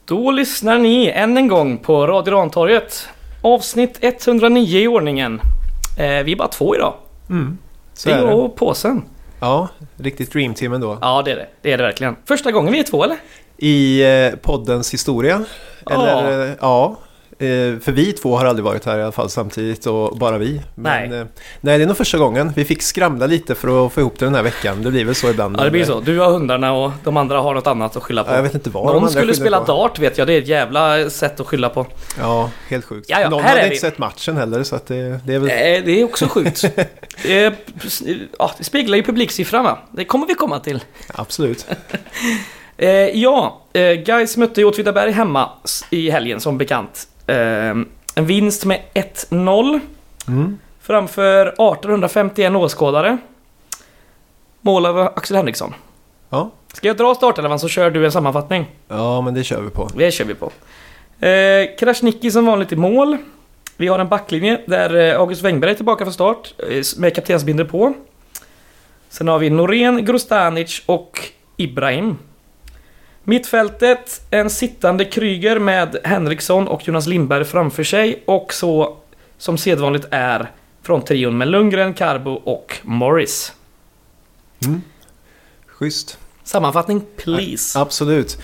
Då lyssnar ni än en gång på Radio Rantorget. Avsnitt 109 i ordningen. Vi är bara 2 idag. Så det är det. och påsen. Ja, riktigt Dream Team ändå. Ja, det är det. Det är det verkligen. Första gången vi är 2, eller? I poddens historia. Eller, ja. För vi 2 har aldrig varit här i alla fall samtidigt och bara vi. Men, nej, det är nog första gången. Vi fick skramla lite för att få ihop det den här veckan. Det blir väl så ibland. Ja, det blir så. Du har hundarna och de andra har något annat att skylla på. Ja, jag vet inte vad. Någon skulle spela dart, vet jag. Det är ett jävla sätt att skylla på. Ja, helt sjukt. Ja, någon hade inte sett matchen heller, så att det är väl... Nej, det är också sjukt. Det speglar ju publiksiffran, va? Det kommer vi komma till. Absolut. Guys mötte ju Åtvidaberg hemma i helgen som bekant. En vinst med 1-0 framför 1851 åskådare. Mål av Axel Henriksson. Ja. Ska jag dra startelvan så kör du en sammanfattning? Ja, men det kör vi på. Det kör vi på. Krasniqi som vanligt i mål. Vi har en backlinje där August Wengberg är tillbaka för start med kaptensbinder på. Sen har vi Norén, Grostanic och Ibrahim. Mittfältet, en sittande Kryger med Henriksson och Jonas Lindberg framför sig. Och så, som sedvanligt är, från trion med Lundgren, Carbo och Morris. Schysst. Sammanfattning, please. Absolut.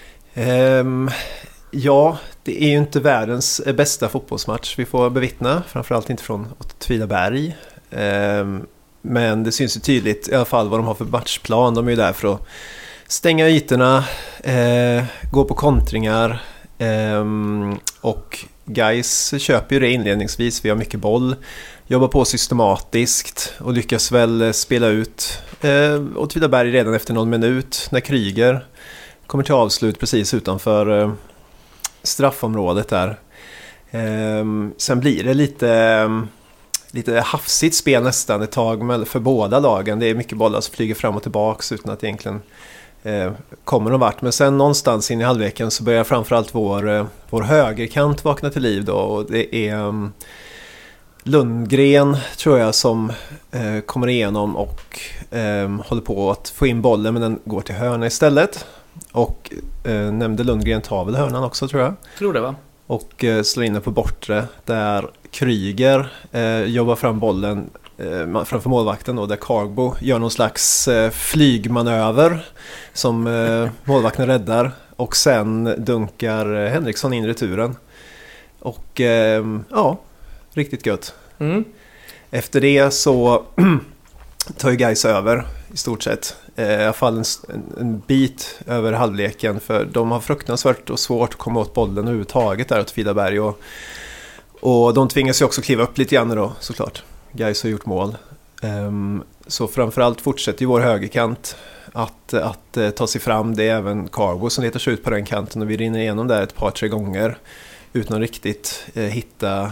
Ja, det är ju inte världens bästa fotbollsmatch vi får bevittna. Framförallt inte från Åtvidaberg. Men det syns ju tydligt i alla fall vad de har för matchplan. De är ju där för att stänga ytorna, gå på kontringar, och Guys köper ju det inledningsvis. Vi har mycket boll, jobbar på systematiskt och lyckas väl spela ut Åtvidaberg redan efter någon minut när Kryger kommer till avslut precis utanför straffområdet där. Sen blir det lite hafsigt spel nästan ett tag för båda lagen. Det är mycket bollar som flyger fram och tillbaks utan att egentligen kommer någon vart. Men sen någonstans in i halvleken så börjar framförallt vår högerkant vakna till liv då. Och det är Lundgren, tror jag, som kommer igenom och håller på att få in bollen, men den går till hörna istället. Och nämnde Lundgren tar väl hörnan också, tror jag. Tror det, va? Och slår in den på bortre där Kryger jobbar fram bollen framför målvakten då, där Carbo gör någon slags flygmanöver som målvakten räddar, och sen dunkar Henriksson in returen. Och riktigt gött. Efter det så tar ju Guys över i stort sett. I alla fall en bit över halvleken, för de har fruktansvärt och svårt att komma åt bollen överhuvudtaget där åt Åtvidaberg, och de tvingas ju också kliva upp lite grann då, såklart. Guys har gjort mål. Så framförallt fortsätter ju vår högerkant att ta sig fram. Det är även Carbo som letar sig ut på den kanten, och vi rinner igenom där ett par, 3 gånger utan att riktigt hitta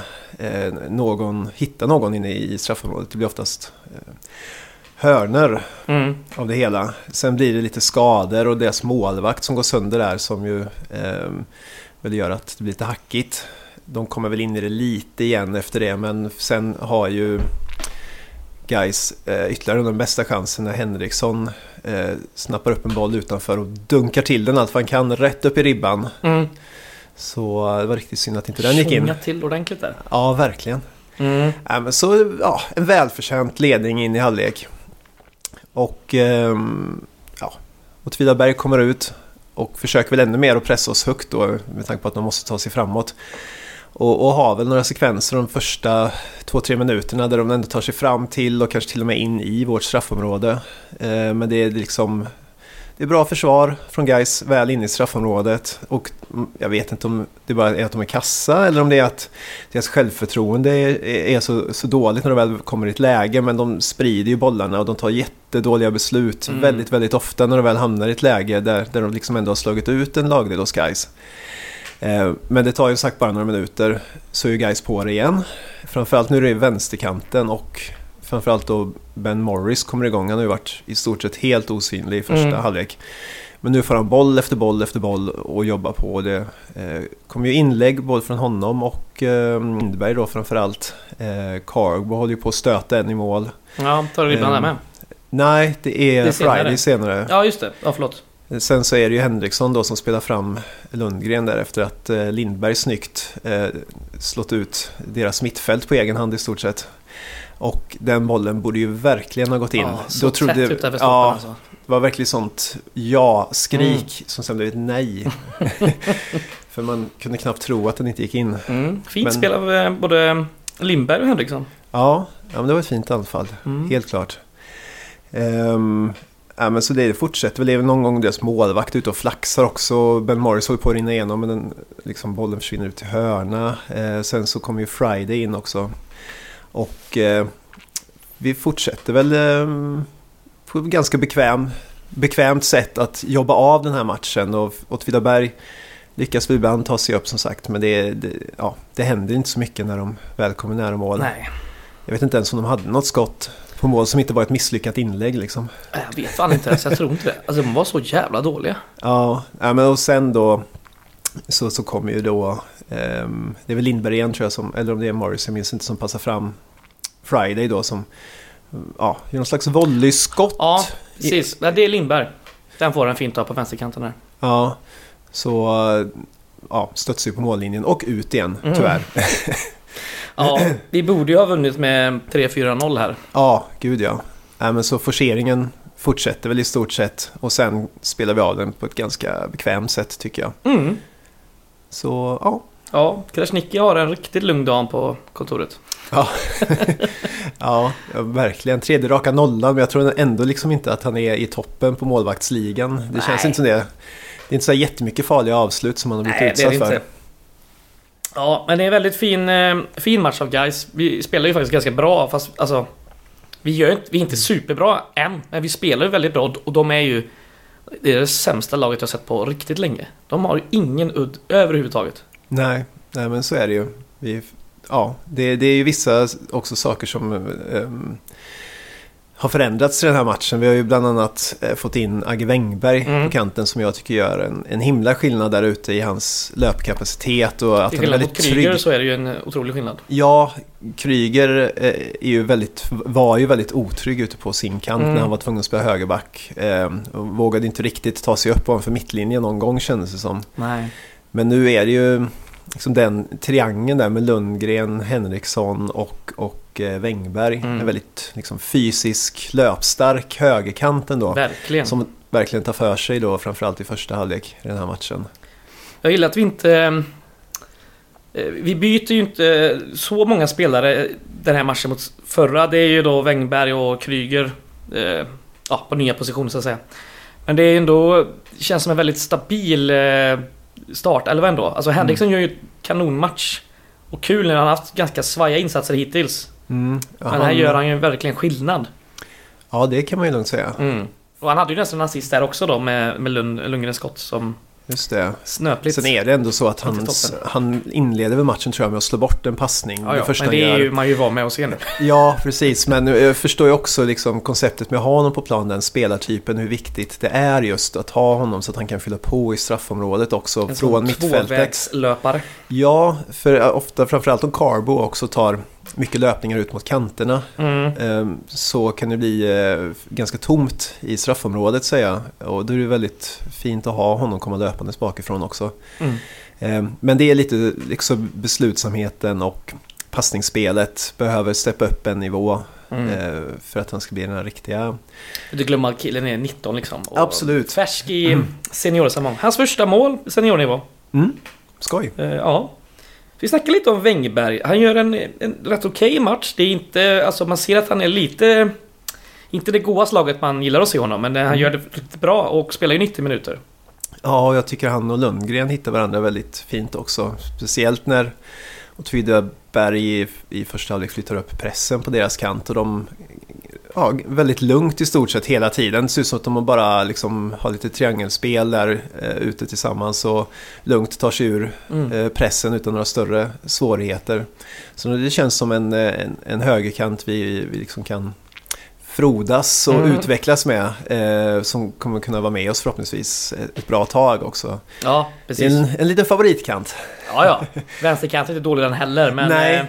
någon inne i straffområdet. Det blir oftast hörner av det hela. Sen blir det lite skador och deras målvakt som går sönder där, som ju väl gör att det blir lite hackigt. De kommer väl in i det lite igen efter det, men sen har ju Guys ytterligare den bästa chansen när Henriksson snappar upp en boll utanför och dunkar till den allt vad han kan rätt upp i ribban. Så det var riktigt synd att inte den gick in. Sjunga till ordentligt där. Ja, verkligen. Men så, en välförtjänt ledning in i halvlek. Och Åtvidaberg kommer ut och försöker väl ännu mer att pressa oss högt då, med tanke på att de måste ta sig framåt. Och har väl några sekvenser de första 2-3 minuterna där de ändå tar sig fram till och kanske till och med in i vårt straffområde. Men det är liksom... Det är bra försvar från Guys väl in i straffområdet, och jag vet inte om det bara är att de är kassa eller om det är att deras självförtroende är så dåligt när de väl kommer i ett läge, men de sprider ju bollarna och de tar jättedåliga beslut väldigt, väldigt ofta när de väl hamnar i ett läge där de liksom ändå har slagit ut en lagdel hos Guys. Men det tar ju sagt bara några minuter så är ju Guys på det igen. Framförallt nu är det vänsterkanten, och framförallt då Ben Morris kommer igång. Han har ju varit i stort sett helt osynlig i första halvlek. Men nu får han boll efter boll efter boll och jobba på det. Kommer ju inlägg både från honom och Lindberg då framförallt. Carbo håller ju på att stöta en i mål. Ja, tar du ibland med? Nej, det är Friday senare. Ja, just det. Ja, förlåt. Sen så är det ju Henriksson då som spelar fram Lundgren där efter att Lindberg snyggt slått ut deras mittfält på egen hand i stort sett. Och den bollen borde ju verkligen ha gått in. Så då tätt ut över stolpen alltså. Det var verkligen sånt ja-skrik som sen blev ett nej. För man kunde knappt tro att den inte gick in. Fint spel av både Lindberg och Henriksson. Ja, men det var ett fint anfall. Helt klart. Men så det fortsätter väl. Det är väl någon gång deras målvakt ute och flaxar också. Ben Morris håller på att rinna igenom, men den, liksom, bollen försvinner ut till hörna. Sen så kommer ju Friday in också. Och vi fortsätter väl på ett ganska bekvämt sätt att jobba av den här matchen. Och Åtvidaberg lyckas vi ibland ta sig upp som sagt. Men det händer inte så mycket när de väl kommer nära mål. Nej. Jag vet inte ens om de hade något skott på mål som inte var ett misslyckat inlägg liksom. Jag vet fan inte ens, jag tror inte det. Alltså de var så jävla dåliga. Ja, men och sen då så kommer ju då det är väl Lindberg igen tror jag eller om det är Morris, jag minns inte, som passar fram Friday då som gör någon slags volleyskott. Ja, precis. Det är Lindberg. Den får en fint av på vänsterkanten här. Ja, så stötsar ju på mållinjen och ut igen, tyvärr. Ja, vi borde ju ha vunnit med 3-4-0 här. Ja, gud ja. Men så forceringen fortsätter väl i stort sett. Och sen spelar vi av den på ett ganska bekvämt sätt tycker jag. Så, ja. Ja, Krasniqi har en riktigt lugn dag på kontoret. Ja. Ja, verkligen. 3:e raka nollan. Men jag tror ändå liksom inte att han är i toppen på målvaktsligan. Det känns inte som det. Det är inte så jättemycket farliga avslut som han har blivit utsatt för. Inte. Ja, men det är en väldigt fin match av guys. Vi spelar ju faktiskt ganska bra, fast alltså vi är inte superbra än, men vi spelar ju väldigt bra och de är ju det sämsta laget jag sett på riktigt länge. De har ju ingen udd överhuvudtaget. Nej, men så är det ju. Det är ju vissa också saker som har förändrats i den här matchen. Vi har ju bland annat fått in Agge Wängberg på kanten som jag tycker gör en himla skillnad där ute i hans löpkapacitet och att han är väldigt trygg. Kryger så är det ju en otrolig skillnad. Ja, Kryger var ju väldigt otrygg ute på sin kant när han var tvungen att spela högerback. Och vågade inte riktigt ta sig upp ovanför mittlinjen någon gång, kändes det som. Nej. Men nu är det ju liksom den triangeln där med Lundgren, Henriksson och Wängberg. En väldigt liksom, fysisk, löpstark högerkanten då. Verkligen. Som verkligen tar för sig då, framförallt i första halvlek i den här matchen. Jag gillar att vi byter ju inte så många spelare den här matchen mot förra. Det är ju då Wängberg och Kryger på nya positioner så att säga. Men det är ändå, känns som en väldigt stabil start, eller vad ändå. Alltså Henriksson gör ju kanonmatch. Och kul när han har haft ganska svaja insatser hittills. Men här gör han ju verkligen skillnad. Ja, det kan man ju lugnt säga. Och han hade ju nästan en assist där också då med Lundgrens skott som just det. Snöpligt. Sen är det ändå så att han inleder väl matchen tror jag med att slå bort en passning. Ja, men det är ju man ju var med och se nu. Ja, precis. Men jag förstår ju också liksom konceptet med att ha honom på plan, den spelartypen, hur viktigt det är just att ha honom så att han kan fylla på i straffområdet också en från mittfältet. Tvåvägslöpare. Ja, för ofta framförallt om Carbo också tar mycket löpningar ut mot kanterna så kan det bli ganska tomt i straffområdet säger jag. Och då är det väldigt fint att ha honom komma löpandes bakifrån också. Men det är lite liksom beslutsamheten och passningsspelet behöver steppa upp en nivå för att han ska bli den här riktiga. Du glömmer att killen är 19 liksom. Och absolut. Färsk i seniorsammanhang. Hans första mål seniornivå. Skoj. Ja. Vi snackar lite om Wängberg. Han gör en rätt okej match. Det är inte, alltså man ser att han är lite inte det goda slaget man gillar att se honom, men han gör det riktigt bra och spelar ju 90 minuter. Ja, jag tycker han och Lundgren hittar varandra väldigt fint också. Speciellt när Åtvidaberg i första halvlek flyttar upp pressen på deras kant och de väldigt lugnt i stort sett hela tiden. Det ser ut som att de bara liksom har lite triangelspel där ute tillsammans och lugnt tar sig ur pressen utan några större svårigheter. Så det känns som en högerkant vi liksom kan frodas och utvecklas med som kommer kunna vara med oss förhoppningsvis ett bra tag också. Ja, precis. En liten favoritkant. Ja. Vänsterkanten är inte dålig den heller, men nej.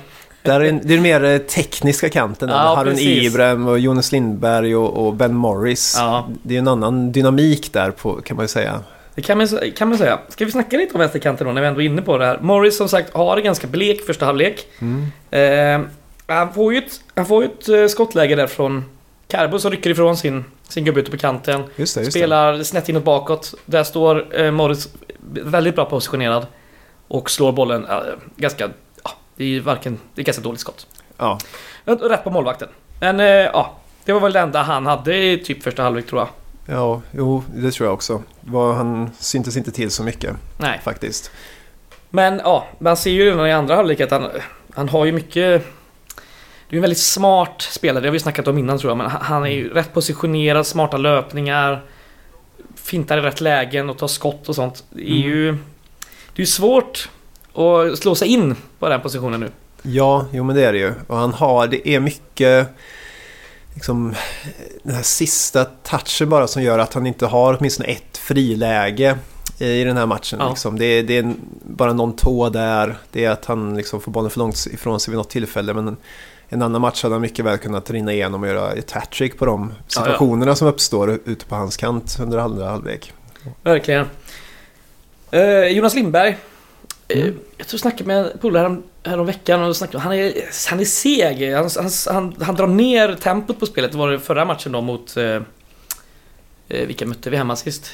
Där är det är mer tekniska kanten. Ja, Harun precis. Ibrahim och Jonas Lindberg och Ben Morris. Ja. Det är en annan dynamik där på, kan man ju säga. Det kan man säga. Ska vi snacka lite om vänsterkanten då när vi ändå är inne på det här? Morris som sagt har en ganska blek första halvlek. Han får ju ett skottläge där från Carbo som rycker ifrån sin gubbe ute på kanten. Just det. Spelar snett inåt bakåt. Där står Morris väldigt bra positionerad och slår bollen ganska... Det är ganska dåligt skott. Ja. Rätt på målvakten. Men det var väl det enda han hade i typ första halvlek, tror jag. Ja, jo, det tror jag också. Han syntes inte till så mycket. Nej. Faktiskt. Men man ser ju redan i andra halvlek att han har ju mycket... Det är en väldigt smart spelare, det har vi snackat om innan tror jag. Men han är ju rätt positionerad, smarta löpningar, fintar i rätt lägen och tar skott och sånt. Det är ju svårt att slå sig in på den positionen nu. Ja, jo men det är det ju. Och det är mycket liksom den här sista touchen bara som gör att han inte har åtminstone ett friläge i den här matchen. Ja. Liksom. Det är bara någon tå där. Det är att han liksom får bollen för långt ifrån sig vid något tillfälle. Men en annan match hade han mycket väl kunnat rinna igenom och göra ett hattrick på de situationerna som uppstår ute på hans kant under andra halvlek. Verkligen. Jonas Lindberg. Jag tror jag snackade med polare här om veckan och snackade, han är seg. Han drar ner tempot på spelet. Det var det förra matchen då mot vilka mötte vi hemma sist?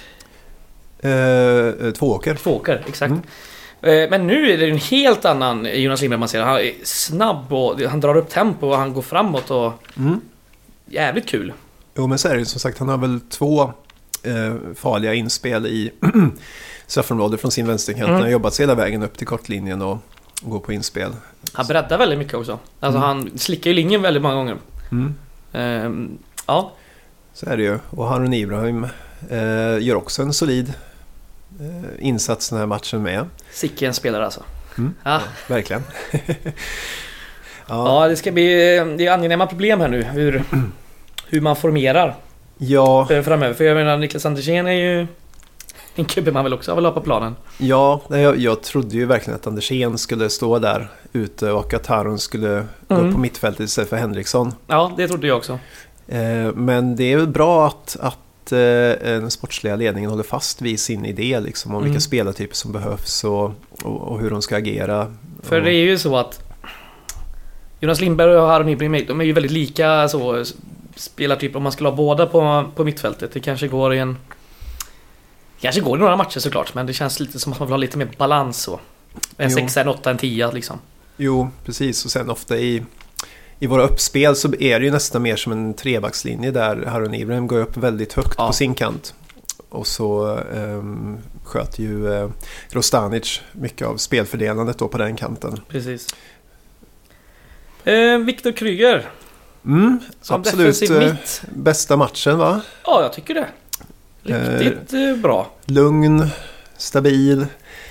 Tvååker, exakt. Men nu är det en helt annan Jonas Lindberg man ser. Han är snabb och han drar upp tempo och han går framåt och jävligt kul. Jo men så är det som sagt, han har väl 2 farliga inspel i straffområdet från sin vänsterkant. Han har jobbat sig hela vägen upp till kortlinjen och går på inspel. Han breddar väldigt mycket också. Alltså han slickar ju linjen väldigt många gånger. Ja. Så är det ju. Och Harun Ibrahim gör också en solid insats den här matchen med. Sicken en spelare alltså. Ja, verkligen. Ja, det ska bli det är angenäma problem här nu hur man formerar framöver. För jag menar, Niklas Andersén är ju en gubbe man väl också vill ha på planen. Ja, jag trodde ju verkligen att Andersén skulle stå där ute och att Harun skulle gå på mittfältet istället för Henriksson. Ja, det trodde jag också. Men det är väl bra att den sportsliga ledningen håller fast vid sin idé liksom, om vilka spelartyper som behövs och hur de ska agera. För det är ju så att Jonas Lindberg och Harun Ibrahim, de är ju väldigt lika så spelartyper om man skulle ha båda på mittfältet. Det kanske går i några matcher såklart, men det känns lite som att man vill ha lite mer balans så. En 6, en 8, en 10 liksom. Jo, precis. Och sen ofta i våra uppspel så är det ju nästan mer som en trebackslinje där Harun Ibrahim går upp väldigt högt på sin kant. Och så sköter ju Grostanic mycket av spelfördelandet då på den kanten. Precis. Viktor Kryger. Som absolut bästa matchen, va? Ja, jag tycker det. Riktigt bra. Lugn, stabil,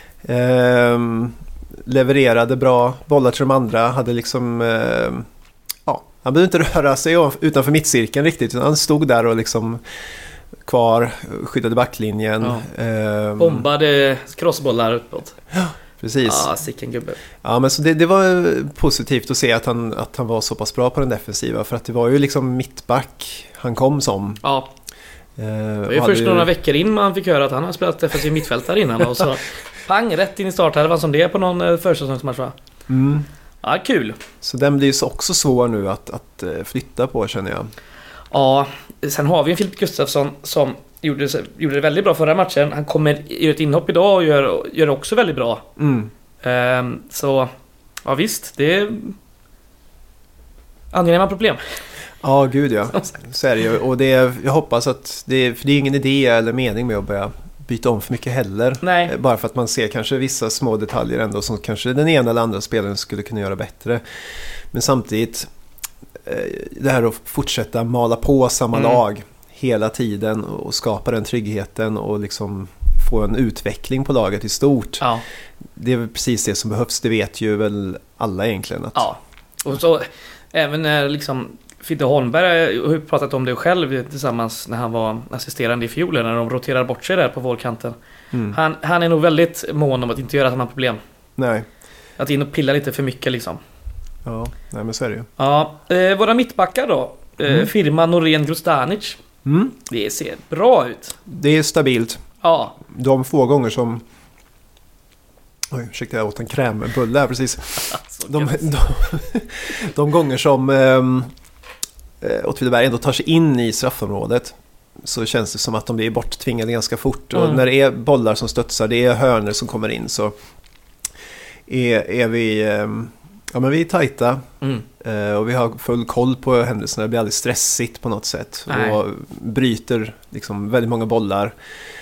levererade bra bollar till de andra, hade liksom han behövde inte röra sig utanför mittcirkeln riktigt, utan han stod där och liksom kvar, skyddade backlinjen. Bombade crossbollar uppåt. Ja, precis. Ja, sicken gubbe. Ja, men så det var positivt att se att han var så pass bra på den defensiva, för att det var ju liksom mittback han kom som. Ja. Det var ju först några veckor in man fick höra att han har spelat defensiv mittfältare innan och så pang, rätt in i starthälvan som det är på någon försäsongsmatch, va? Ja, kul. Så den blir ju också svår nu att flytta på, känner jag. Ja, sen har vi en Filip Gustafsson som gjorde det väldigt bra förra matchen. Han kommer i ett inhopp idag och gör det också väldigt bra. Så, ja visst, det är angenäma problem. Ja, gud ja. Så är det ju. Och jag hoppas att för det är ingen idé eller mening med att börja byta om för mycket heller. Nej. Bara för att man ser kanske vissa små detaljer ändå som kanske den ena eller andra spelaren skulle kunna göra bättre. Men samtidigt det här att fortsätta mala på samma lag hela tiden och skapa den tryggheten och liksom få en utveckling på laget i stort. Ja. Det är väl precis det som behövs. Det vet ju väl alla egentligen. Ja, och så även när liksom Fitte Holmberg har pratat om det själv tillsammans när han var assisterande i fjol, när de roterar bort sig där på vårkanten. Han är nog väldigt mån om att inte göra samma problem. Nej. Att in och pilla lite för mycket liksom. Ja, nej men så är det ju. Ja, våra mittbackar då. Firma Norén Grostanic. Det ser bra ut. Det är stabilt. Ja. De få gånger som... Oj, ursäkta, jag åt en krämbulle här precis. De gånger som Åtvidaberg ändå tar sig in i straffområdet, så känns det som att de blir borttvingade ganska fort. Och när det är bollar som studsar, det är hörnor som kommer in, så är vi... Ja, men vi är tajta och vi har full koll på händelserna. Det blir aldrig stressigt på något sätt. Nej. Och bryter liksom väldigt många bollar.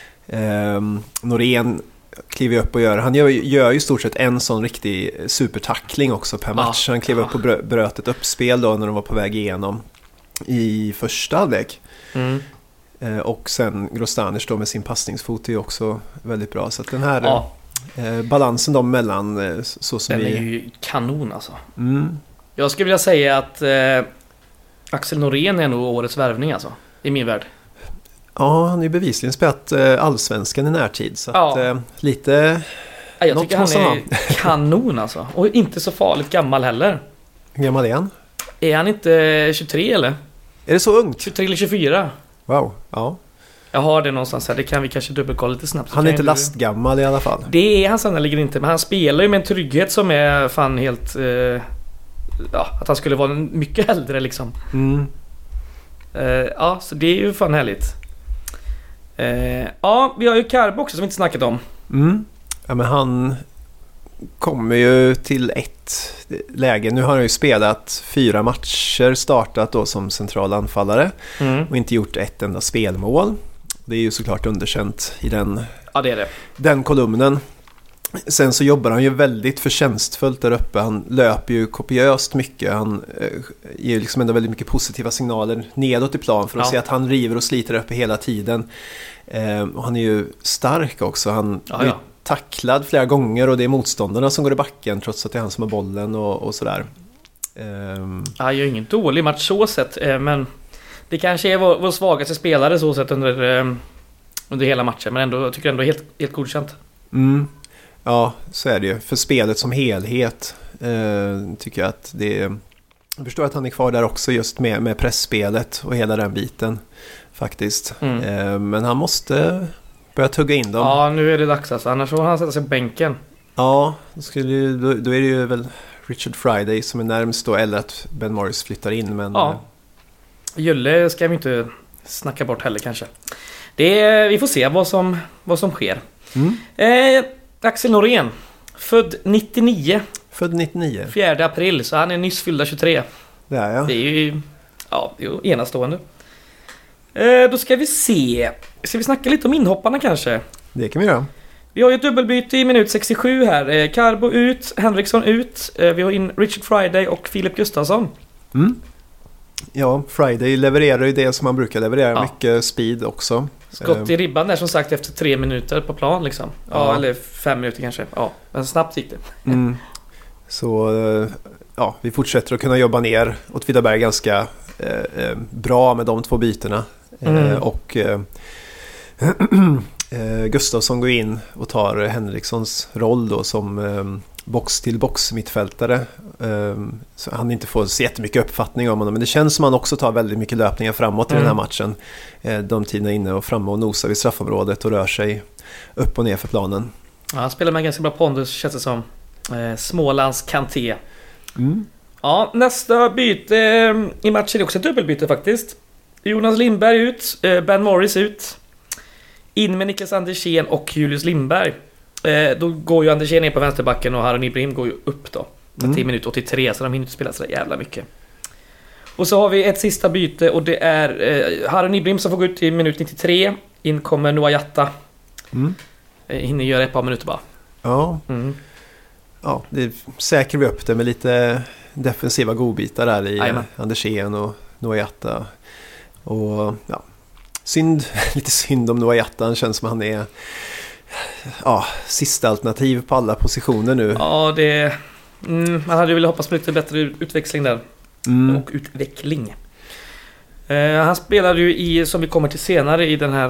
Norén kliver upp och han gör ju i stort sett en sån riktig supertackling också per match. Han klev upp och bröt ett uppspel då när de var på väg igenom i första halvlek. Och sen Grostanic då med sin passningsfot är ju också väldigt bra. Så att den här balansen de mellan, så som den vi... är ju kanon alltså. Jag skulle vilja säga att Axel Norén är nog årets värvning alltså, i min värld. Ja, han är ju bevisligen spelat allsvenskan i närtid, så att lite... Ja, jag tycker han är kanon alltså. Och inte så farligt gammal heller. Hur gammal är han? Är han inte 23 eller? Är det så ungt? 23 eller 24. Wow, ja. Jag har det någonstans här, det kan vi kanske dubbelkolla lite snabbt. Han är inte lastgammal i alla fall. Det är han sannolikt inte, men han spelar ju med en trygghet som är fan helt... att han skulle vara mycket äldre liksom. Så det är ju fan härligt. Vi har ju Carbo också som vi inte snackat om. Ja, men han kommer ju till ett läge. Nu har han ju spelat 4 matcher, startat då som central anfallare och inte gjort ett enda spelmål. Det är ju såklart underkänt i den kolumnen. Sen så jobbar han ju väldigt förtjänstfullt där uppe. Han löper ju kopiöst mycket. Han ger liksom ändå väldigt mycket positiva signaler nedåt i plan för att se att han river och sliter uppe hela tiden. Och han är ju stark också. Han blir tacklad flera gånger och det är motståndarna som går i backen trots att det är han som har bollen och sådär. Han gör ingen dålig match så sett, men det kanske är vår svagaste spelare så sett under hela matchen, men ändå tycker jag ändå helt godkänt. Ja, så är det ju. För spelet som helhet tycker jag att det är... Jag förstår att han är kvar där också just med pressspelet och hela den biten faktiskt. Men han måste börja tugga in dem. Ja, nu är det dags alltså. Annars får han sätta sig på bänken. Ja, då är det ju väl Richard Friday som är närmst då, eller att Ben Morris flyttar in. Men... Ja, Julle ska vi inte snacka bort heller kanske. Vi får se vad som sker. Axel Norén, född 99. Född 99. 4 april, så han är nyss fyllda 23. Det är Det är ju enastående. Då ska vi se. Ska vi snacka lite om inhopparna kanske? Det kan vi göra. Vi har ju ett dubbelbyte i minut 67 här. Carbo ut, Henriksson ut. Vi har in Richard Friday och Filip Gustafsson. Ja, Friday levererar ju det som man brukar leverera. Mycket speed också. Skott i ribban där som sagt efter 3 minuter på plan liksom. Eller 5 minuter kanske. Ja, men snabbt gick det. Så vi fortsätter att kunna jobba ner Åtvidaberg ganska bra med de 2 bytena. Och Gustafsson går in och tar Henrikssons roll då som box-till-box mittfältare. Så han inte får så jättemycket uppfattning om honom, men det känns som han också tar väldigt mycket löpningar framåt i den här matchen. De tiderna inne och framme och nosar vid straffområdet och rör sig upp och ner för planen. Ja, han spelar med ganska bra pondus, känns det som. Smålands Kanté. Ja, nästa byte i matchen är också ett dubbelbyte faktiskt. Jonas Lindberg ut, Ben Morris ut. In med Niklas Andersén och Julius Lindberg. Då går ju Andersén ner på vänsterbacken och Harun Ibrahim går ju upp då. 10 minuter 83, så de hinner inte spela så jävla mycket. Och så har vi ett sista byte och det är Harun Ibrahim som får gå ut i minut 93. In kommer Noah Jatta. Hinner göra ett par minuter bara. Ja, det säkrar vi upp det med lite defensiva godbitar där i Andersén och Noah Jatta. Och lite synd om Noah Jatta. Han känns som han är sista alternativ på alla positioner nu. Ja, man hade ju velat hoppas på lite bättre utväxling där. Och utveckling. Han spelade ju som vi kommer till senare i den här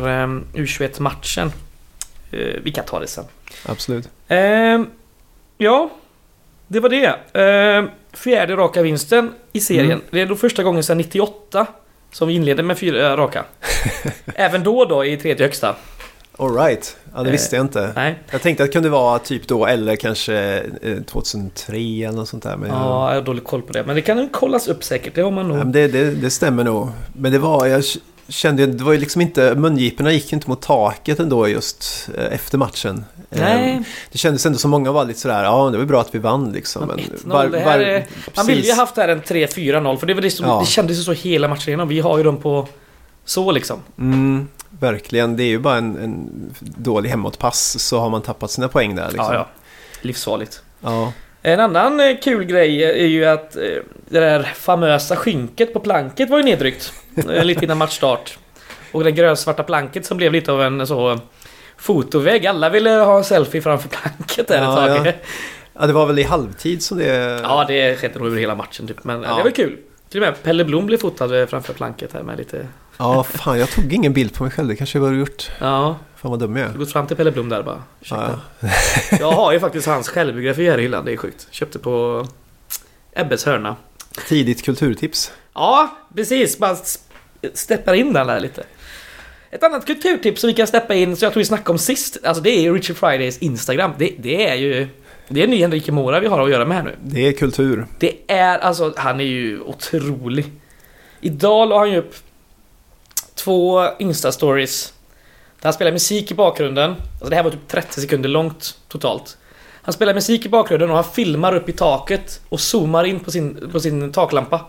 U21-matchen. Vi kan ta det sen. Absolut. det var det. Fjärde raka vinsten i serien. Det är då första gången sedan 98 som vi inledde med 4 raka. Även då i tredje högsta. All right. Ja, det visste jag inte. Nej. Jag tänkte att det kunde vara typ då, eller kanske 2003 eller något sånt där. Men jag har dålig koll på det. Men det kan kollas upp säkert, det har man nog. Ja, det stämmer nog. Men jag kände, det var ju liksom inte, mungiporna gick inte mot taket ändå just efter matchen. Nej. Det kändes ändå som många var lite sådär, det var bra att vi vann liksom. Men man ville ju haft här en 3-4-0, för det var det kändes ju så hela matchen igenom. Vi har ju dem på så liksom. Verkligen, det är ju bara en dålig hemåtpass, så har man tappat sina poäng där liksom. Ja. Livsfarligt. Ja. En annan kul grej är ju att det där famösa skynket på planket var ju nedryckt lite innan matchstart. Och det grönsvarta planket som blev lite av en så fotovägg. Alla ville ha en selfie framför planket där ett tag. Ja. Ja, det var väl i halvtid som det... Ja, det skedde nog över hela matchen typ. Men det var kul. Till och med Pelle Blom blev fotad framför planket här med lite... Ja, fan, jag tog ingen bild på mig själv. Det kanske var gjort. Ja. Fan vad dum jag är. Du har gått fram till Pelle Blom där bara. Jag har ju faktiskt hans självbiografi här i hyllan. Det är sjukt. Köpte på Ebbes hörna. Tidigt kulturtips. Ja, precis. Bara steppar in den där lite. Ett annat kulturtips som vi kan steppa in, så jag tror vi snackade om sist, alltså det är ju Richard Fridays Instagram. Det är ny Enrique Mora vi har att göra med här nu. Det är kultur. Det är, alltså, han är ju otrolig. Idag la han ju upp 2 Insta-stories där han spelar musik i bakgrunden. Alltså det här var typ 30 sekunder långt totalt. Han spelar musik i bakgrunden och han filmar upp i taket och zoomar in på sin taklampa.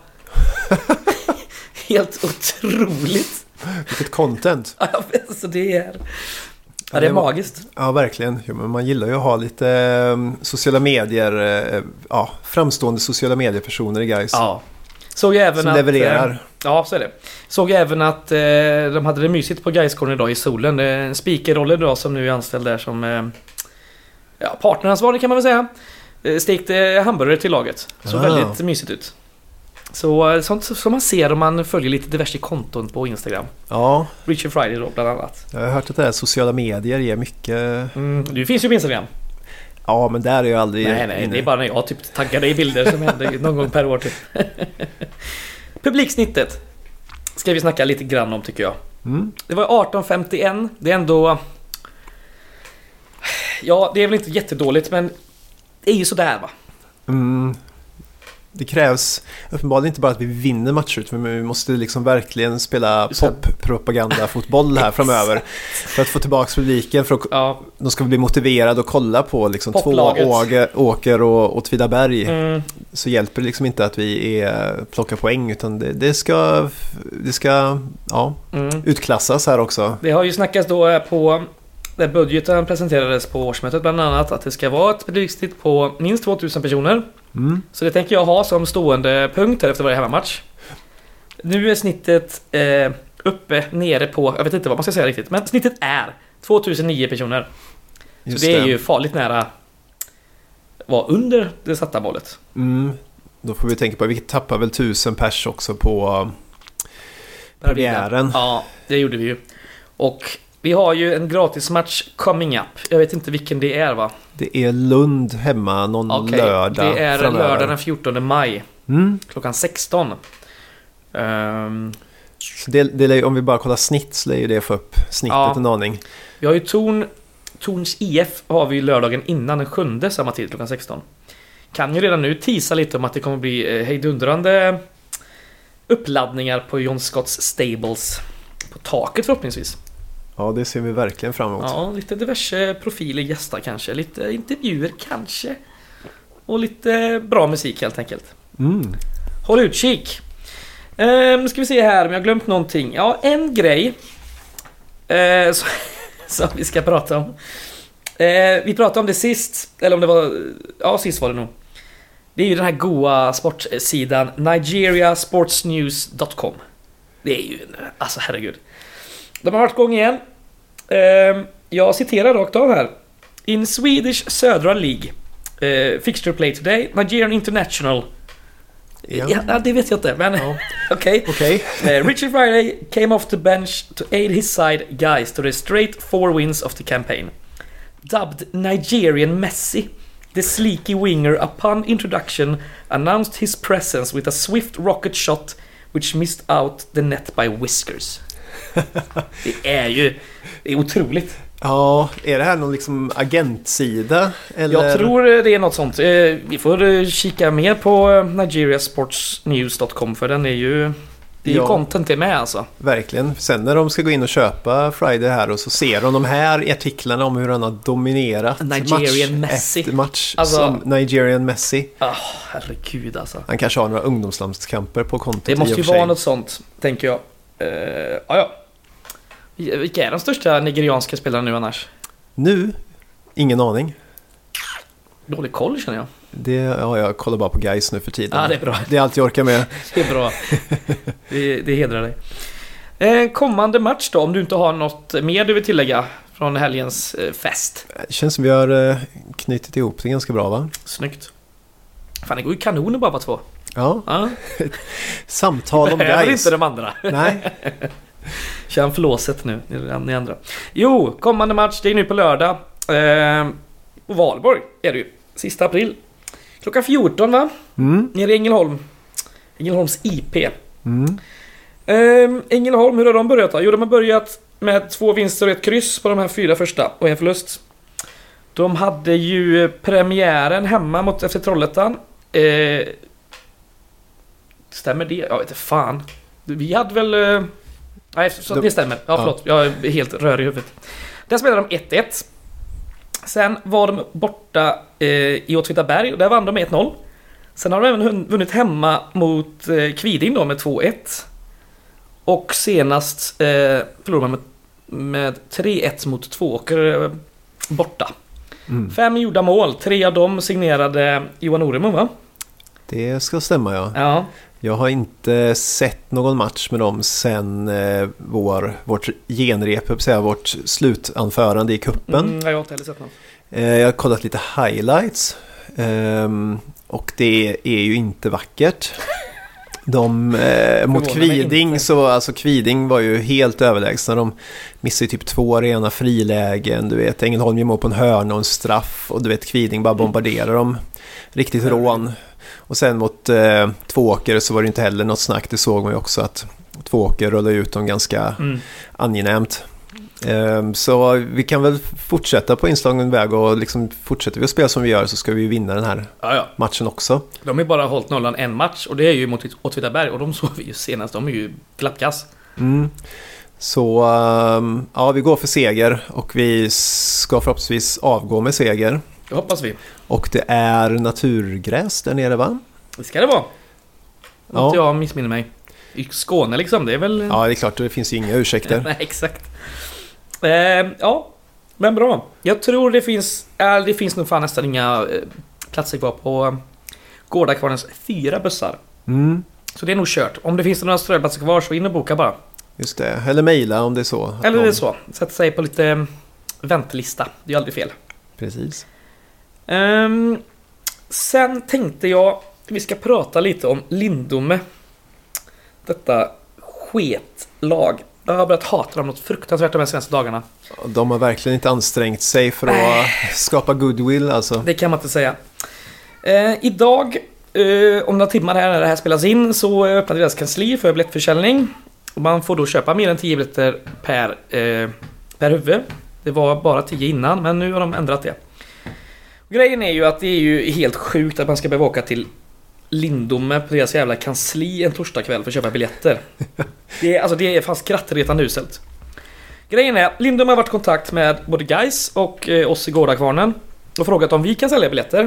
Helt otroligt. Vilket content. Ja, alltså det är magiskt. Ja, verkligen. Jo, men man gillar ju att ha lite sociala medier, framstående sociala mediepersoner i guys. Ja. Såg jag även som levererar. Ja, så är det. Såg jag även att de hade det mysigt på Gaiskorn idag i solen. En speakerroll idag som nu är anställd där som partneransvarig kan man väl säga. Stekte hamburgare till laget. Så väldigt mysigt ut. Så sånt som man ser om man följer lite diverse konton på Instagram. Ja. Richard Friday då bland annat. Jag har hört att det här sociala medier ger mycket... Du finns ju på Instagram. Ja, men där är jag aldrig Nej, det är bara när jag typ taggar dig i bilder som händer någon gång per år typ. Publiksnittet ska vi snacka lite grann om tycker jag. Det var 1851. Det är ändå... Ja, det är väl inte jättedåligt, men det är ju sådär va? Det krävs uppenbarligen inte bara att vi vinner matcher, utan vi måste liksom verkligen spela pop-propaganda-fotboll här framöver för att få tillbaka publiken, för att de ska bli motiverade att kolla på liksom 2 Åker och Åtvidaberg. Så hjälper det liksom inte att vi plockar poäng, utan det ska utklassas här också. Det har ju snackats då på där budgeten presenterades på årsmötet bland annat att det ska vara ett publiksnitt på minst 2000 personer. Så det tänker jag ha som stående punkt här efter varje hemmamatch. Nu är snittet uppe, nere på, jag vet inte vad man ska säga riktigt, men snittet är 2009 personer. Just så det är ju farligt nära var under det satta målet. Då får vi tänka på att vi tappar väl 1000 pers också på premiären. Ja, det gjorde vi ju. Och vi har ju en gratismatch coming up. Jag vet inte vilken det är va? Det är Lund hemma lördag. Det är framöver. Lördag den 14 maj. Klockan 16. Så det, om vi bara kollar snitt så är ju det för upp snittet en aning. Vi har ju Torns IF har vi lördagen innan den 7 samma tid klockan 16. Kan ju redan nu tisa lite om att det kommer bli hejdundrande uppladdningar på John Scotts Stables på taket förhoppningsvis. Ja, det ser vi verkligen fram emot. Ja, lite diverse profiler gästar kanske. Lite intervjuer kanske. Och lite bra musik helt enkelt. Håll utkik. Ska vi se här om jag har glömt någonting. Ja, en grej som vi ska prata om. Vi pratade om det sist. Eller om det var... Ja, sist var det nog. Det är ju den här goa sportsidan nigeriasportsnews.com. Det är ju... Alltså herregud. De har varit igång igen. Jag citerar rakt av här. In Swedish Södra League fixture play today, Nigerian International. Ja, det vet jag inte, men okej. Richard Friday came off the bench to aid his side guys to the straight 4 wins of the campaign. Dubbed Nigerian Messi The sleeky winger upon introduction announced his presence with a swift rocket shot which missed out the net by whiskers. Det är otroligt. Ja, är det här någon liksom agentsida? Eller? Jag tror det är något sånt. Vi får kika mer på nigeriasportsnews.com för den är ju... Det är ju content det med alltså. Verkligen. Sen när de ska gå in och köpa Friday här och så ser de här artiklarna om hur han har dominerat Nigerian match Messi. efter match alltså, som Nigerian Messi. Herregud alltså. Han kanske har några ungdomslandskamper på kontot. Det måste ju vara något sånt, tänker jag. Vilka är de största nigerianska spelarna nu annars? Nu? Ingen aning. Dålig koll känner jag. Jag kollar bara på guys nu för tiden. Ja, det är bra. Det är allt jag orkar med. Det är bra. det hedrar dig. Kommande match då, om du inte har något mer du vill tillägga från helgens fest. Det känns som vi har knutit ihop det ganska bra, va? Snyggt. Fan, det går ju kanon bara på 2. Ja. Samtal om guys. Behöver inte de andra. Nej. Känn förlåset nu, ni andra. Jo, kommande match, det är nu på lördag. På Valborg är det ju. Sista april. Klockan 14 va? Nere i Ängelholm. Ängelholms IP. Ängelholm, hur har de börjat då? Jo, de har börjat med 2 vinster och 1 kryss på de här 4 första och en förlust. De hade ju premiären hemma mot FC Trollhättan. Stämmer det? Jag vet inte fan. Vi hade väl... Nej, så det stämmer. Ja, förlåt. Jag är helt rörig i huvudet. Där spelade de 1-1. Sen var de borta i Åtvidaberg och där vann de med 1-0. Sen har de även vunnit hemma mot Kviding då med 2-1. Och senast förlorade man med 3-1 mot Tvååker borta. 5 gjorda mål. 3 av dem signerade Johan Oremo, va? Det ska stämma, ja. Jag har inte sett någon match med dem sen vårt genrep, vårt slutanförande i kuppen. Jag har inte heller sett något. Jag har kollat lite highlights och det är ju inte vackert. Mot Kviding så alltså Kviding var ju helt överlägsna. De missade typ 2 rena frilägen. Du vet, Ängelholm gör mål på en hörna och en straff och du vet Kviding bara bombarderar dem riktigt rån. Och sen mot Tvååker så var det inte heller något snack. Det såg man ju också att Tvååker rullade ut dem ganska angenämt. Så vi kan väl fortsätta på inslagen väg och liksom fortsätter vi att spela som vi gör så ska vi vinna den här matchen också. De har bara hållit nollan en match och det är ju mot Åtvidaberg och de såg vi ju senast. De är ju klappkass. Så vi går för seger och vi ska förhoppningsvis avgå med seger. Det hoppas vi. Och det är naturgräs där nere, va? Det ska det vara. Om jag missminner mig. I Skåne liksom, det är väl... Ja, det är klart, det finns ju inga ursäkter. Nej, exakt. Men bra. Jag tror det finns nog fan nästan inga platser kvar på Gårdakvarnens 4 bussar. Så det är nog kört. Om det finns några ströplatser kvar så in och boka bara. Just det, eller mejla om det är så. Eller det är så. Sätta sig på lite väntlista. Det är ju aldrig fel. Precis. Sen tänkte jag vi ska prata lite om Lindome. Detta sketlag. Jag har börjat hata dem något fruktansvärt de här senaste dagarna. De har verkligen inte ansträngt sig för att skapa goodwill alltså. Det kan man inte säga. Idag, om några timmar här när det här spelas in, så öppnar deras kansli för biljettförsäljning. Man får då köpa mer än 10 biljetter per huvud. Det var bara 10 innan, men nu har de ändrat det. Grejen är ju att det är ju helt sjukt att man ska behöva åka till Lindome på deras jävla kansli en torsdagkväll för att köpa biljetter. Det är fan skrattretande uselt. Grejen är, Lindome har varit i kontakt med både Guys och oss i Gårdakvarnen och frågat om vi kan sälja biljetter.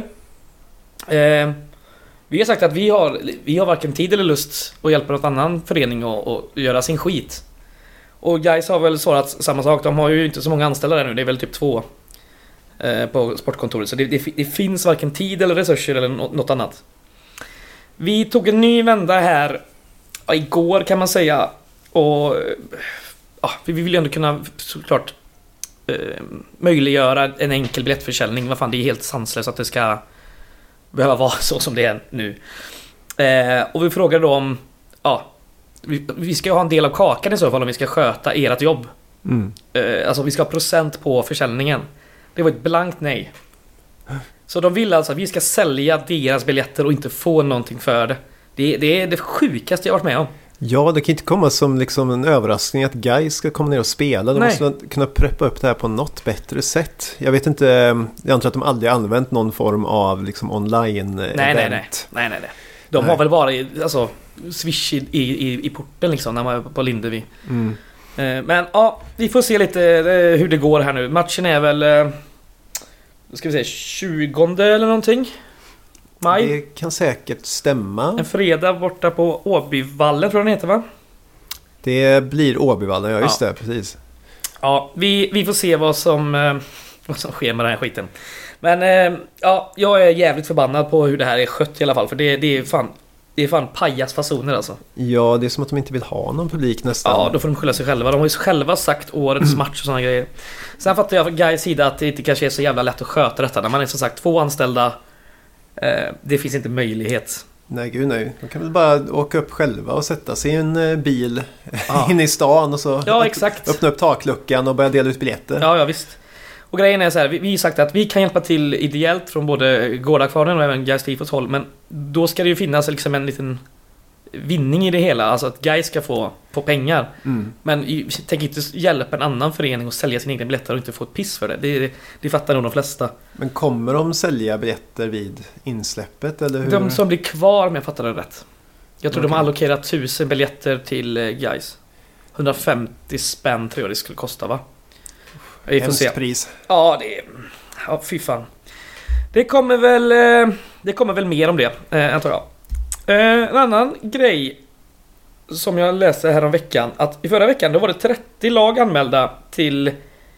Vi har sagt att vi har varken tid eller lust att hjälpa något annan förening att göra sin skit. Och Guys har väl svarat samma sak. De har ju inte så många anställda där nu. Det är väl typ 2 på sportkontoret. Så det finns varken tid eller resurser eller något annat. Vi tog en ny vända här igår kan man säga. Och vi vill ju ändå kunna såklart möjliggöra en enkel biljettförsäljning. Vad fan, det är helt sanslöst att det ska behöva vara så som det är nu. Och vi frågade då om vi ska ju ha en del av kakan i så fall om vi ska sköta ert jobb. Alltså vi ska ha procent på försäljningen. Det var ett blankt nej. Så de vill alltså att vi ska sälja deras biljetter och inte få någonting för det. Det är det sjukaste jag varit med om. Ja, det kan inte komma som liksom en överraskning att Gais ska komma ner och spela. De måste kunna preppa upp det här på något bättre sätt. Jag vet inte, jag antar att de aldrig använt någon form av liksom online-event. Nej. De har väl bara alltså, swish i porten liksom när man är på Lindevi. Men ja, vi får se lite hur det går här nu. Matchen är väl ska vi säga 20 eller någonting maj. Det kan säkert stämma. En fredag borta på Åbyvallen tror jag den heter, va? Det blir Åbyvallen, ja just det, precis. Ja, vi får se vad som sker med den här skiten. Men ja, jag är jävligt förbannad på hur det här är skött i alla fall. För det är fan pajasfasoner alltså. Ja, det är som att de inte vill ha någon publik nästan. Ja, då får de skylla sig själva. De har ju själva sagt årets match och såna grejer. Sen fattar jag från Gais sida att det inte kanske är så jävla lätt att sköta detta. När man är som sagt 2 anställda. Det finns inte möjlighet. Nej, gud nej. De kan väl bara åka upp själva och sätta sig i en bil in i stan och så exakt. Öppna upp takluckan och börja dela ut biljetter. Ja, visst. Och grejen är så här, vi har sagt att vi kan hjälpa till ideellt från både Gårdakvarnen och även Gais Tifos håll, men då ska det ju finnas liksom en liten vinning i det hela, alltså att Gais ska få pengar. Men tänk inte hjälpa en annan förening att sälja sina egna biljetter och inte få ett piss för det. Det fattar nog de flesta. Men kommer de sälja biljetter vid insläppet eller hur? De som blir kvar, om jag fattar det rätt. Jag tror de har allokerat 1000 biljetter till Gais. 150 spänn tror jag det skulle kosta, va? Vi får se. Pris. Ja, fy fan. Det kommer väl mer om det, antar jag. En annan grej som jag läste här om veckan, att i förra veckan då var det 30 lag anmälda till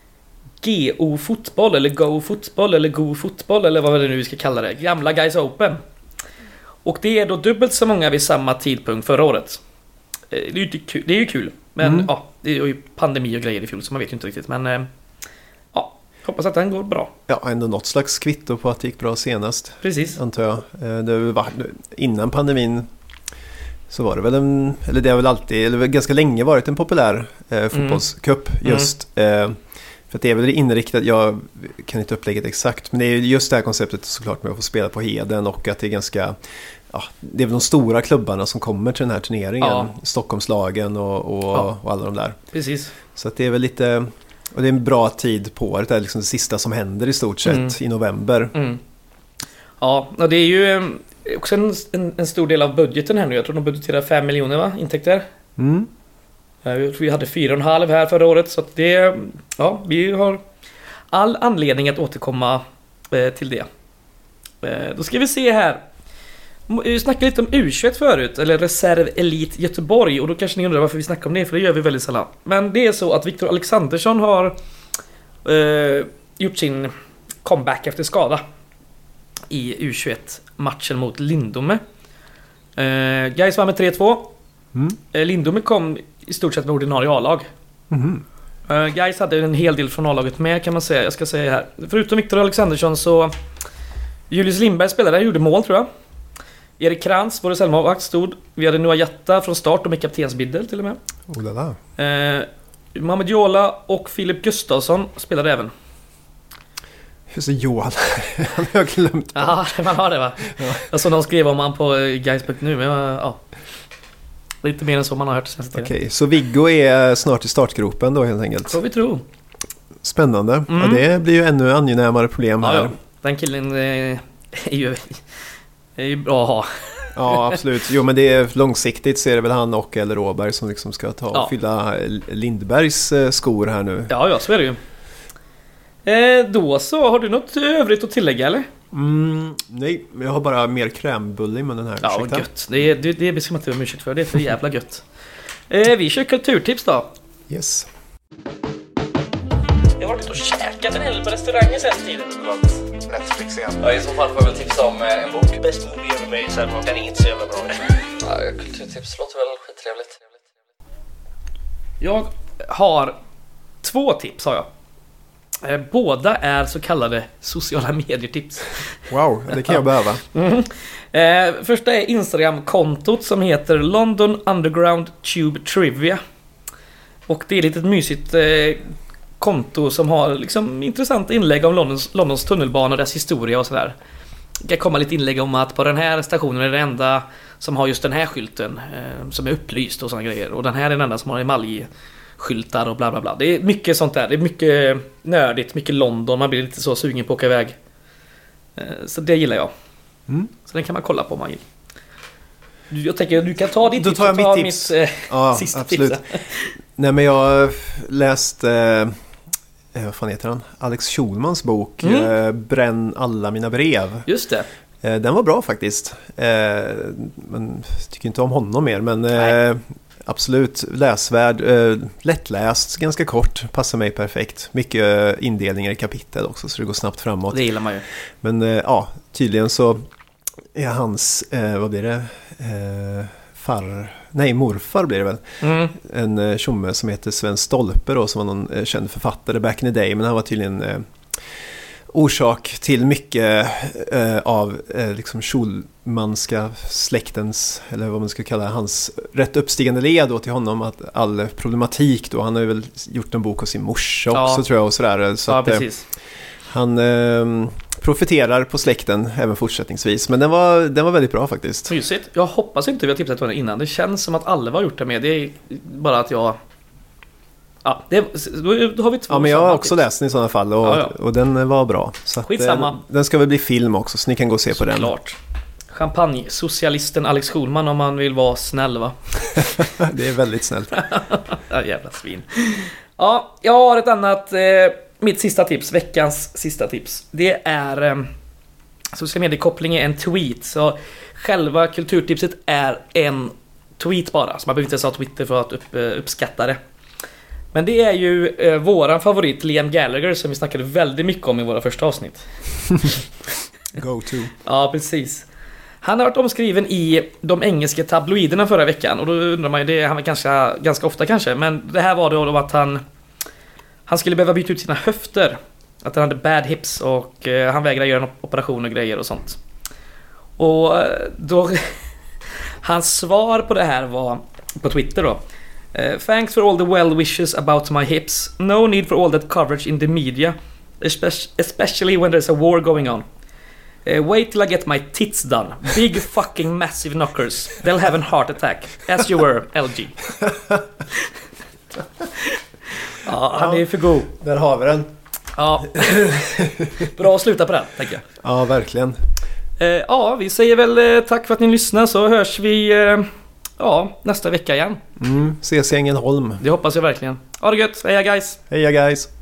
GO fotboll eller Go fotboll eller Go fotboll eller vad det nu vi ska kalla det, gamla Gais Open. Och det är då dubbelt så många vid samma tidpunkt förra året. Det är ju kul, men ja, det är ju pandemi och grejer i fjol så man vet ju inte riktigt, men ja, hoppas att den går bra. Ja, ändå något slags kvitto på att det gick bra senast. Precis. Antar jag. Det var, innan pandemin så var det väl eller det har väl alltid, eller ganska länge varit en populär fotbollscup just. För att det är väl inriktat, jag kan inte upplägga det exakt, men det är just det här konceptet såklart med att få spela på Heden och att det är ganska, ja, det är väl de stora klubbarna som kommer till den här turneringen, Stockholmslagen och alla de där. Precis. Så att det är väl lite, och det är en bra tid på året, det är liksom det sista som händer i stort sett i november. Ja, och det är ju också en stor del av budgeten här nu. Jag tror de budgeterar 5 miljoner, va? Intäkter. Jag tror vi hade 4,5 här förra året. Så att det, ja, vi har all anledning att återkomma till det. Då ska vi se här. Vi snackade lite om U21 förut, eller Reserv Elite Göteborg. Och då kanske ni undrar varför vi snackar om det, för det gör vi väldigt sällan. Men det är så att Victor Alexandersson har gjort sin comeback efter skada i U21-matchen mot Lindome. Gais var med 3-2. Lindome kom i stort sett med ordinarie A-lag. Gais hade en hel del från A-laget med, kan man säga. Jag ska säga här. Förutom Victor Alexandersson så Julius Lindberg spelade, gjorde mål tror jag. Erik Krantz, vår Selma-vakt, stod. Vi hade Noah Jatta från start och med kaptensbindel till och med. Mohamed Jola och Filip Gustafsson spelade även. Hur så Johan? Han har jag glömt. Ja, man har det, va? Ja. Jag såg någon skrev om han på Gais.nu, men ja. Det är inte mer än så man har hört sen. Okej, så Viggo är snart i startgropen då helt enkelt. Så vi tror. Spännande. Ja, det blir ju ännu angenämare problem här. Ja. Den killen är ju bra att ha. Ja, absolut. Jo, men det är långsiktigt så är det väl han och eller Åberg som liksom ska ta och fylla Lindbergs skor här nu. Ja, så är det ju. Då så, har du något övrigt att tillägga eller? Nej, jag har bara mer krämbulle i munnen här. Ja, gött. Det beskriver man inte om ursäkt för. Det är för jävla gött. Vi kör kulturtips då. Yes. Jag har varit och käkat en hel på restaurangen sen tiden. Netflix igen. Ja, i så fall får jag väl tipsa om en bok. Best movie ever made, så den är inte så jävla bra. Ja, kulturtips låter väl skittrevligt. Jag har 2 tips har jag. Båda är så kallade sociala medier-tips. Wow, det kan jag behöva. Första är Instagram-kontot som heter London Underground Tube Trivia. Och det är lite mysigt konto som har liksom intressanta inlägg om Londons tunnelbana och dess historia och sådär. Det kan komma lite inlägg om att på den här stationen är det enda som har just den här skylten som är upplyst och sådana grejer. Och den här är den enda som har emaljskyltar och bla bla bla. Det är mycket sånt där. Det är mycket nördigt, mycket London. Man blir lite så sugen på att åka iväg. Så det gillar jag. Så den kan man kolla på om man vill. Jag tänker du kan ta ditt tips. Då tar jag mitt tips. Ja, sista absolut. tips. Nej, men jag läste vad fan heter han? Alex Schulmans bok Bränn alla mina brev. Just det. Den var bra faktiskt. Men tycker inte om honom mer, men absolut läsvärd, lättläst, ganska kort, passar mig perfekt. Mycket indelningar i kapitel också så det går snabbt framåt. Det gillar man ju. Men ja, tydligen så är hans vad blir det? Morfar blir det väl. En tjomme som heter Sven Stolpe då, som var någon känd författare back in the day, men han var tydligen orsak till mycket av liksom Schulmanska släktens, eller vad man ska kalla hans rätt uppstigande led då till honom, att all problematik då, han har ju väl gjort en bok av sin morsa också tror jag och sådär, så ja, att, precis. Han profiterar på släkten även fortsättningsvis, men den var väldigt bra faktiskt. Mysigt. Jag hoppas inte vi har tipsat på den innan. Det känns som att alla har gjort det med. Det är bara att jag... Ja, då har vi två. Ja, men jag har också läst den i sådana fall och den var bra. Så skitsamma. Den ska väl bli film också, så ni kan gå och se på den. Klart. Champagne-socialisten Alex Schulman om man vill vara snäll, va? Det är väldigt snällt. Ja, jävla svin. Ja, jag har ett annat... mitt sista tips, veckans sista tips. Det är social mediekoppling är en tweet. Så själva kulturtipset är en tweet bara. Så man behöver inte ens ha Twitter för att uppskatta det. Men det är ju våran favorit Liam Gallagher som vi snackade väldigt mycket om i våra första avsnitt. Go to. Ja, precis. Han har varit omskriven i de engelska tabloiderna förra veckan. Och då undrar man ju, det är han ganska ofta kanske. Men det här var då att han skulle behöva byta ut sina höfter. Att han hade bad hips och han vägrade göra en operation och grejer och sånt. Och då... hans svar på det här var på Twitter då. Thanks for all the well wishes about my hips. No need for all that coverage in the media. Especially when there's a war going on. Wait till I get my tits done. Big fucking massive knockers. They'll have a heart attack. As you were, LG. Ja, han är för god. Där har vi den. Ja. Bra att sluta på den, tänker jag. Ja, verkligen. Ja, vi säger väl tack för att ni lyssnar, så hörs vi nästa vecka igen. Ses i Ängelholm. Det hoppas jag verkligen. Ha det gött, heja guys. Heja guys.